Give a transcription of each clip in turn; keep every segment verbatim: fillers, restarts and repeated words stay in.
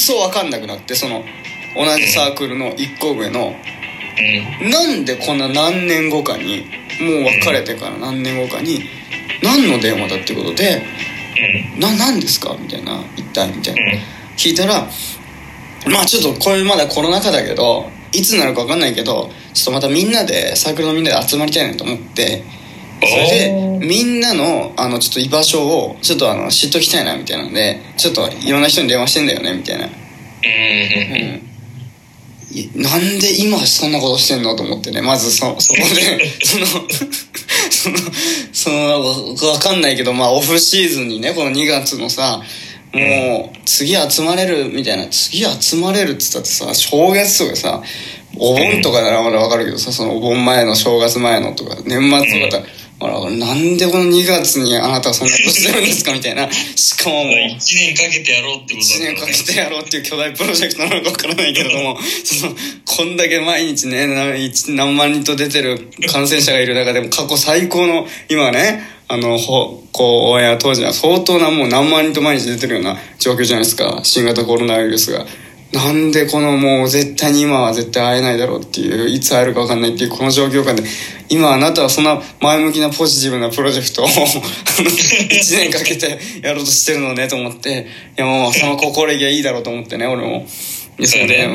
そ分かんなくなって、その同じサークルのいっこ上の、うん、なんでこんな何年後かに、もう別れてから何年後かに何の電話だってことで、うん、な何ですかみたいな、一体みたいな、うん、聞いたら、まあちょっとこれまだコロナ禍だけどいつになるか分かんないけど、ちょっとまたみんなでサークルのみんなで集まりたいなと思って、それでみんなのあのちょっと居場所をちょっとあの知っときたいなみたいなので、ちょっといろんな人に電話してんだよねみたいな、うん、なんで今そんなことしてんのと思ってね、まず そ, そこでそのそのその分かんないけど、まあオフシーズンにね、このにがつのさ、もう次集まれるみたいな、次集まれるっつったってさ、正月とかさ、お盆とかならまだ分かるけどさ、そのお盆前の正月前のとか年末とかだったら、うん、なんでこのにがつにあなたはそんなことしてるんですかみたいな。しかももういちねんかけてやろうってことだから、ね、 いちねんかけてやろうっていう巨大プロジェクトなのか分からないけれどもそのこんだけ毎日ね何万人と出てる感染者がいる中でも過去最高の今ね、あのほこうオンエア当時は相当なもう何万人と毎日出てるような状況じゃないですか、新型コロナウイルスが。なんでこのもう絶対に今は絶対会えないだろうっていう、いつ会えるか分かんないっていうこの状況下で、今あなたはそんな前向きなポジティブなプロジェクトをいちねんかけてやろうとしてるのねと思って、いやもうその心意気はいいだろうと思ってね、俺も。それで、うん、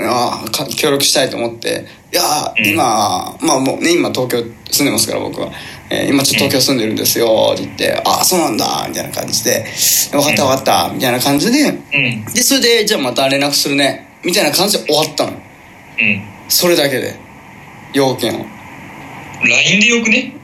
ああ協力したいと思って、いや今、まあもうね、今東京住んでますから僕は、えー、今ちょっと東京住んでるんですよって言って、ああそうなんだみたいな感じで、分かった分かったみたいな感じで、でそれでじゃあまた連絡するねみたいな感じで終わったの。それだけで要件をライン でよくね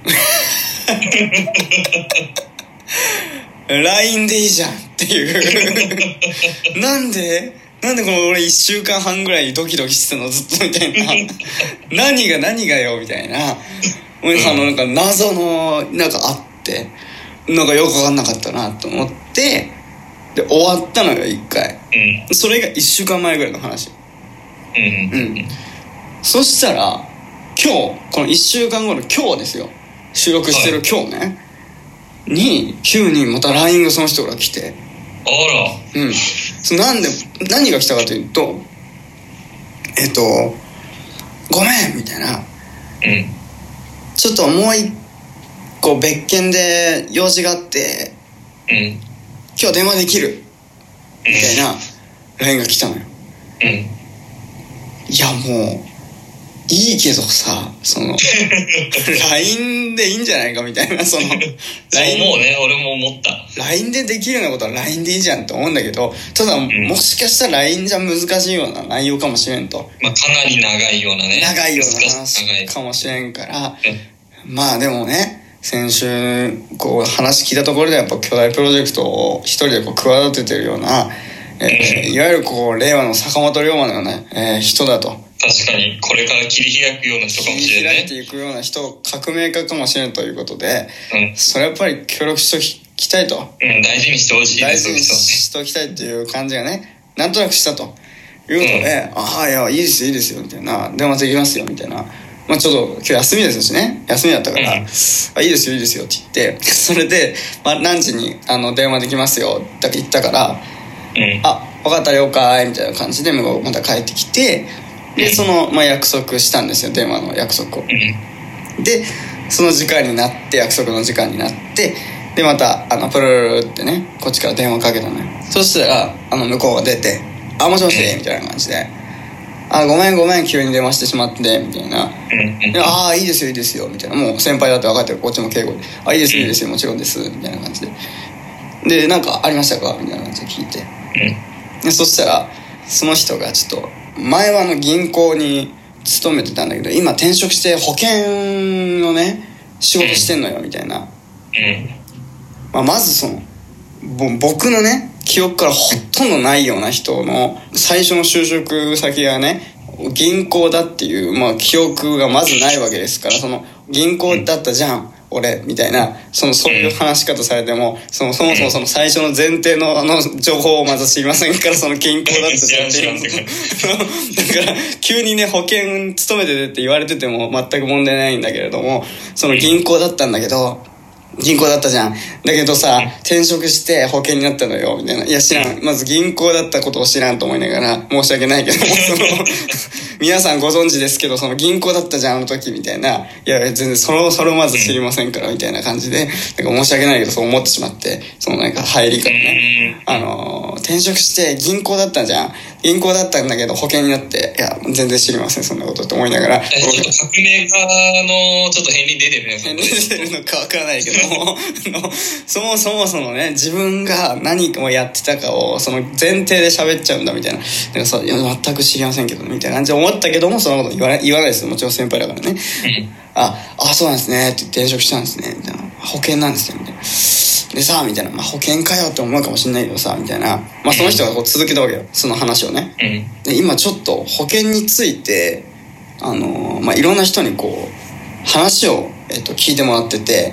ライン でいいじゃんっていうなんでなんでこの俺いっしゅうかんはんぐらいドキドキしてたのずっとみたいな何が何がよみたいな、うん、あのなんか謎のなんかあってなんかよく分かんなかったなと思って、で終わったのよいっかい、うん、それがいっしゅうかんまえぐらいの話、うん、うん、そしたら今日このいっしゅうかんごの今日ですよ、収録してる今日ね、はい、に急にまた ライン がその人から来て、 あら、 うん、そなんで何が来たかというと、えっとごめんみたいな、うん、ちょっともう一個別件で用事があって、うん、今日電話できるみたいな ライン が来たのよ、うん、いやもういいけどさ、そのライン でいいんじゃないかみたいな、その ラインそう思うね、俺も思った。 ライン でできるようなことは ライン でいいじゃんって思うんだけど、ただ、うん、もしかしたら ライン じゃ難しいような内容かもしれんと、 まあ、かなり長いようなね、 長いような話かもしれんから、うん、まあでもね、先週こう話聞いたところでやっぱ巨大プロジェクトを一人でこう企ててるような、えー、いわゆるこう令和の坂本龍馬のような、えー、人だと。 確かにこれから切り開くような人かもしれない、 切り開いていくような人、革命家かもしれんということで、うん、それやっぱり協力しておきたいと、 うん、大事にしてほしい、 大事にしておきたいという感じがね、なんとなくしたということで、うん、ああいやいいですよいいですよみたいな、電話できますよみたいな、まあちょっと今日休みですしね、休みだったから、うん、あいいですよいいですよって言って、それで、まあ、何時にあの電話できますよだけ言ったから、うん、あ分かった了解みたいな感じでまた帰ってきて、でその、まあ、約束したんですよ、電話の約束を、うん、でその時間になって、約束の時間になって、でまたあのプルルルってねこっちから電話かけたのよ。そしたらあの向こうが出て、あもしもしみたいな感じで、あごめんごめん急に電話してしまってみたいな、でああいいですよいいですよみたいな、もう先輩だって分かってる、こっちも敬語で、あいいですよいいですよもちろんですみたいな感じで、でなんかありましたかみたいな感じで聞いて、でそしたらその人がちょっと前はあの銀行に勤めてたんだけど今転職して保険のね仕事してんのよみたいな、うんまあ、まずその僕のね記憶からほとんどないような人の最初の就職先がね銀行だっていう、まあ、記憶がまずないわけですから、その銀行だったじゃん俺みたいな、そのそういう話し方されても、そのそもそもその最初の前提のあの情報をまず知りませんから、その銀行だって前提のだから急にね保険勤めててって言われてても全く問題ないんだけれども、その銀行だったんだけど、 銀行だったじゃん。だけどさ、転職して保険になったのよみたいな。いや知らん。まず銀行だったことを知らんと思いながら、申し訳ないけども、その皆さんご存知ですけど、その銀行だったじゃんあの時みたいな。いや全然それをそれをまず知りませんからみたいな感じで、なんか申し訳ないけどそう思ってしまって、そのなんか入りからね、あのー、転職して銀行だったじゃん。銀行だったんだけど保険になって、いや全然知りませんそんなことって思いながら。 ちょっと革命家のちょっと片鱗出てるね。 片鱗出てるのかわからないけどもそもそもそのね、自分が何をやってたかをその前提で喋っちゃうんだみたいな。なんかさ、いや全く知りませんけどみたいな感じで思ったけども、そのこと言わない言わないですよ。もちろん先輩だからね。うん、ああそうなんですねって転職したんですねみたいな。保険なんですよみたいな。でさみたいな、まあ、保険かよって思うかもしれないけどさみたいな、まあ、その人がこう続けたわけよその話をね。で今ちょっと保険についてあのー、まあいろんな人にこう話を、えっと、聞いてもらってて、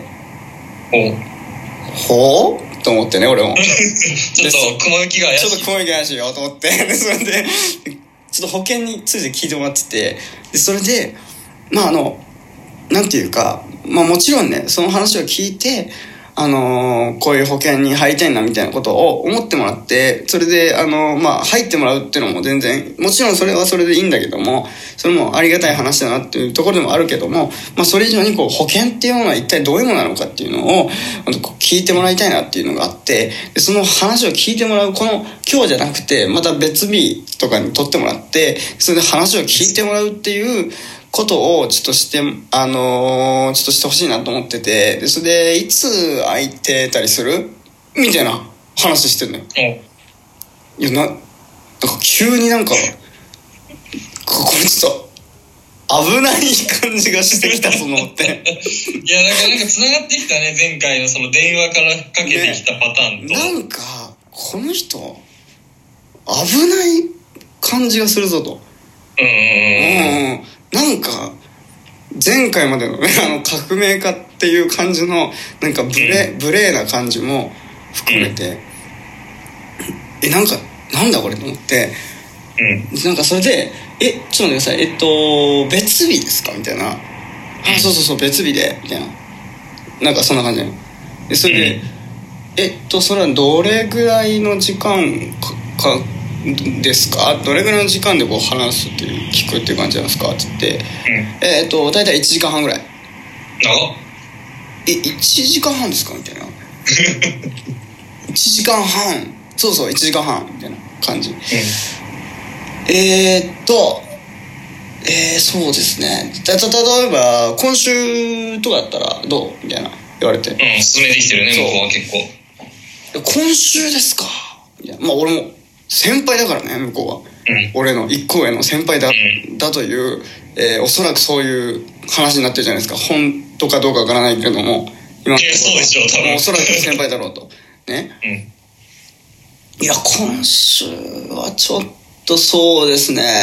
ほうと思ってね俺もちょっと雲行きが怪しいちょっと雲行きが怪しいよと思ってでそれでちょっと保険について聞いてもらってて、でそれでまああのなんていうか、まあもちろんねその話を聞いてあのー、こういう保険に入りたいなみたいなことを思ってもらって、それであのー、まあ入ってもらうっていうのも全然もちろんそれはそれでいいんだけども、それもありがたい話だなっていうところでもあるけども、まあそれ以上にこう保険っていうものは一体どういうものなのかっていうのを聞いてもらいたいなっていうのがあって、でその話を聞いてもらうこの今日じゃなくてまた別日とかに撮ってもらって、それで話を聞いてもらうっていうことをちょっとして、あのー、ちょっとしてほしいなと思ってて、でそれでいつ空いてたりするみたいな話してるのよ。いやな、なんか急になんかここれちょっと危ない感じがしてきたと思っていやなんかなんか繋がってきたね、前回のその電話からかけてきたパターンと、 ね、なんかこの人危ない感じがするぞと。うんうんうん、なんか前回までのねあの革命家っていう感じのなんかブレ、うん、無礼な感じも含めて、うん、えなんかなんだこれと思って、うん、なんかそれでえちょっと待ってくださいえっと別日ですかみたいな、あそうそうそう別日でみたいな、なんかそんな感じで、それで、うん、えっとそれはどれぐらいの時間かかですか、どれぐらいの時間でこう話すっていう聞くっていう感じなんですかって言って、うん、えー、っと大体いちじかんはんぐらい。 長っ。 えいちじかんはんですかみたいな。いちじかんはん、そうそういちじかんはんみたいな感じ、うん、えー、っとえー、そうですね、たた例えば今週とかだったらどうみたいな言われて、うん、 進めてきてるね向こうは結構。 今週ですかいや、まあ俺も先輩だからね向こうは、うん、俺の一個上の先輩だ、うん、だという、えー、おそらくそういう話になってるじゃないですか。本当かどうかわからないけれども今いやそうでしょう多分おそらく先輩だろうとね、うん、いや今週はちょっとそうですね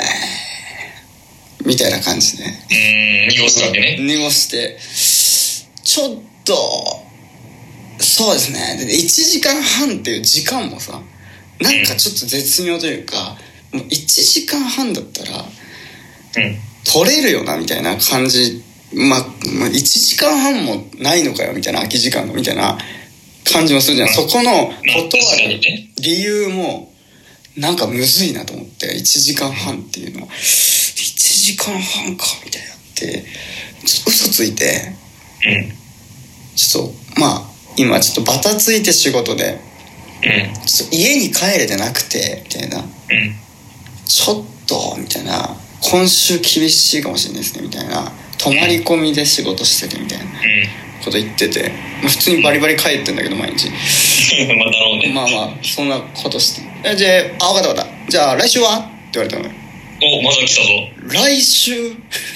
みたいな感じで、 うん濁すわけね。 濁してちょっとそうですねでいちじかんはんっていう時間もさなんかちょっと絶妙というか、もういちじかんはんだったら、うん、取れるよなみたいな感じ、まあ、まあ、いちじかんはんもないのかよみたいな空き時間のみたいな感じもするじゃん、うん、そこの断る理由もなんかむずいなと思って、いちじかんはんっていうのいちじかんはんかみたいなってちょっと嘘ついて、うん、ちょっとまあ今ちょっとバタついて仕事でうん、ちょっと家に帰れてなくてみたいな、うん、ちょっとみたいな今週厳しいかもしれないですねみたいな、泊まり込みで仕事しててみたいなこと言ってて、まあ、普通にバリバリ帰ってんだけど毎日まあだろうね。 まあまあそんなことして、じゃああ分かった分かったじゃあ来週はって言われたのよ。 おまだ来たぞ来週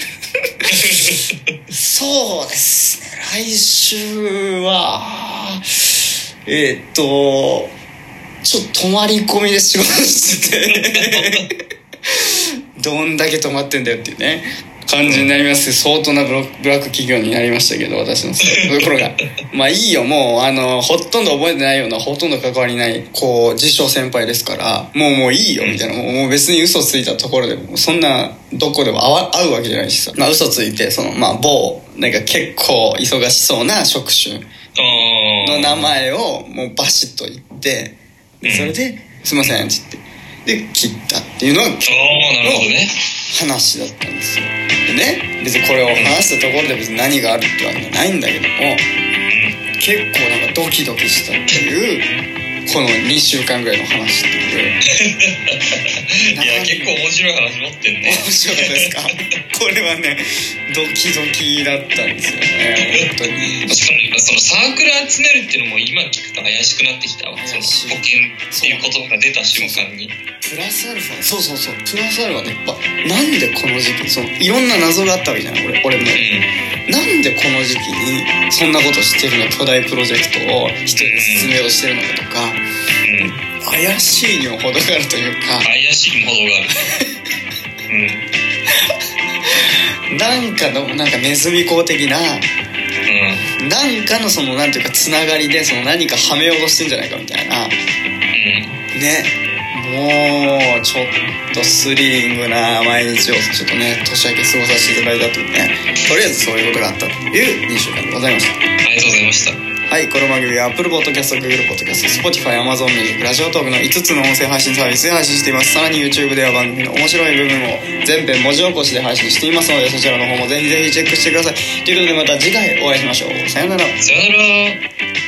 そうですね来週はえー、っとちょっと泊まり込みで仕事しててどんだけ泊まってんだよっていうね感じになります。相当なブロブラック企業になりましたけど、私のところがまあいいよ、もうあのほとんど覚えてないような、ほとんど関わりないこう自称先輩ですから、もうもういいよみたいな、もうもう別に嘘ついたところでそんなどこでも会わ会うわけじゃないしさ、まあ嘘ついてそのまあ某なんか結構忙しそうな職種の名前をもうバシッと言って、でそれで「すいません」って言ってで切ったっていうのが今日の話だったんですよ。でね、別にこれを話したところで別に何があるってわけじゃないんだけども、結構なんかドキドキしたっていうこのにしゅうかんぐらいの話っていういや結構面白い話持ってんね。 面白かったですかこれはねドキドキだったんですよね、本当に。 しかも今そのサークル集めるっていうのも今聞くと怪しくなってきたわ。その保険っていう言葉が出た瞬間にプラスアルファ、そうそうそう、プラスアルファね、やっぱなんでこの時期、そのいろんな謎があったわけじゃない俺俺も、うん、なんでこの時期にそんなことしてるの、巨大プロジェクトを一人で進めようとしてるのかとか、うん、怪しいにも程があるというか、 怪しいにも程があるうんなんかのなんかネズミ講的な、うん、なんかのそのなんていうかつながりでその何かはめようとしてんじゃないかみたいな、うん、ね、もうちょっとスリリングな毎日をちょっとね年明け過ごさせていただいたというね、とりあえずそういうことがあったというにしゅうかんでございました。 ありがとうございました。 はい、この番組は Apple Podcast、Google Podcast、Spotify、Amazon Music、ラジオトークのいつつの音声配信サービスで配信しています。さらに YouTube では番組の面白い部分を全編文字起こしで配信していますので、そちらの方もぜひぜひチェックしてください。ということでまた次回お会いしましょう。さよなら。 さよなら。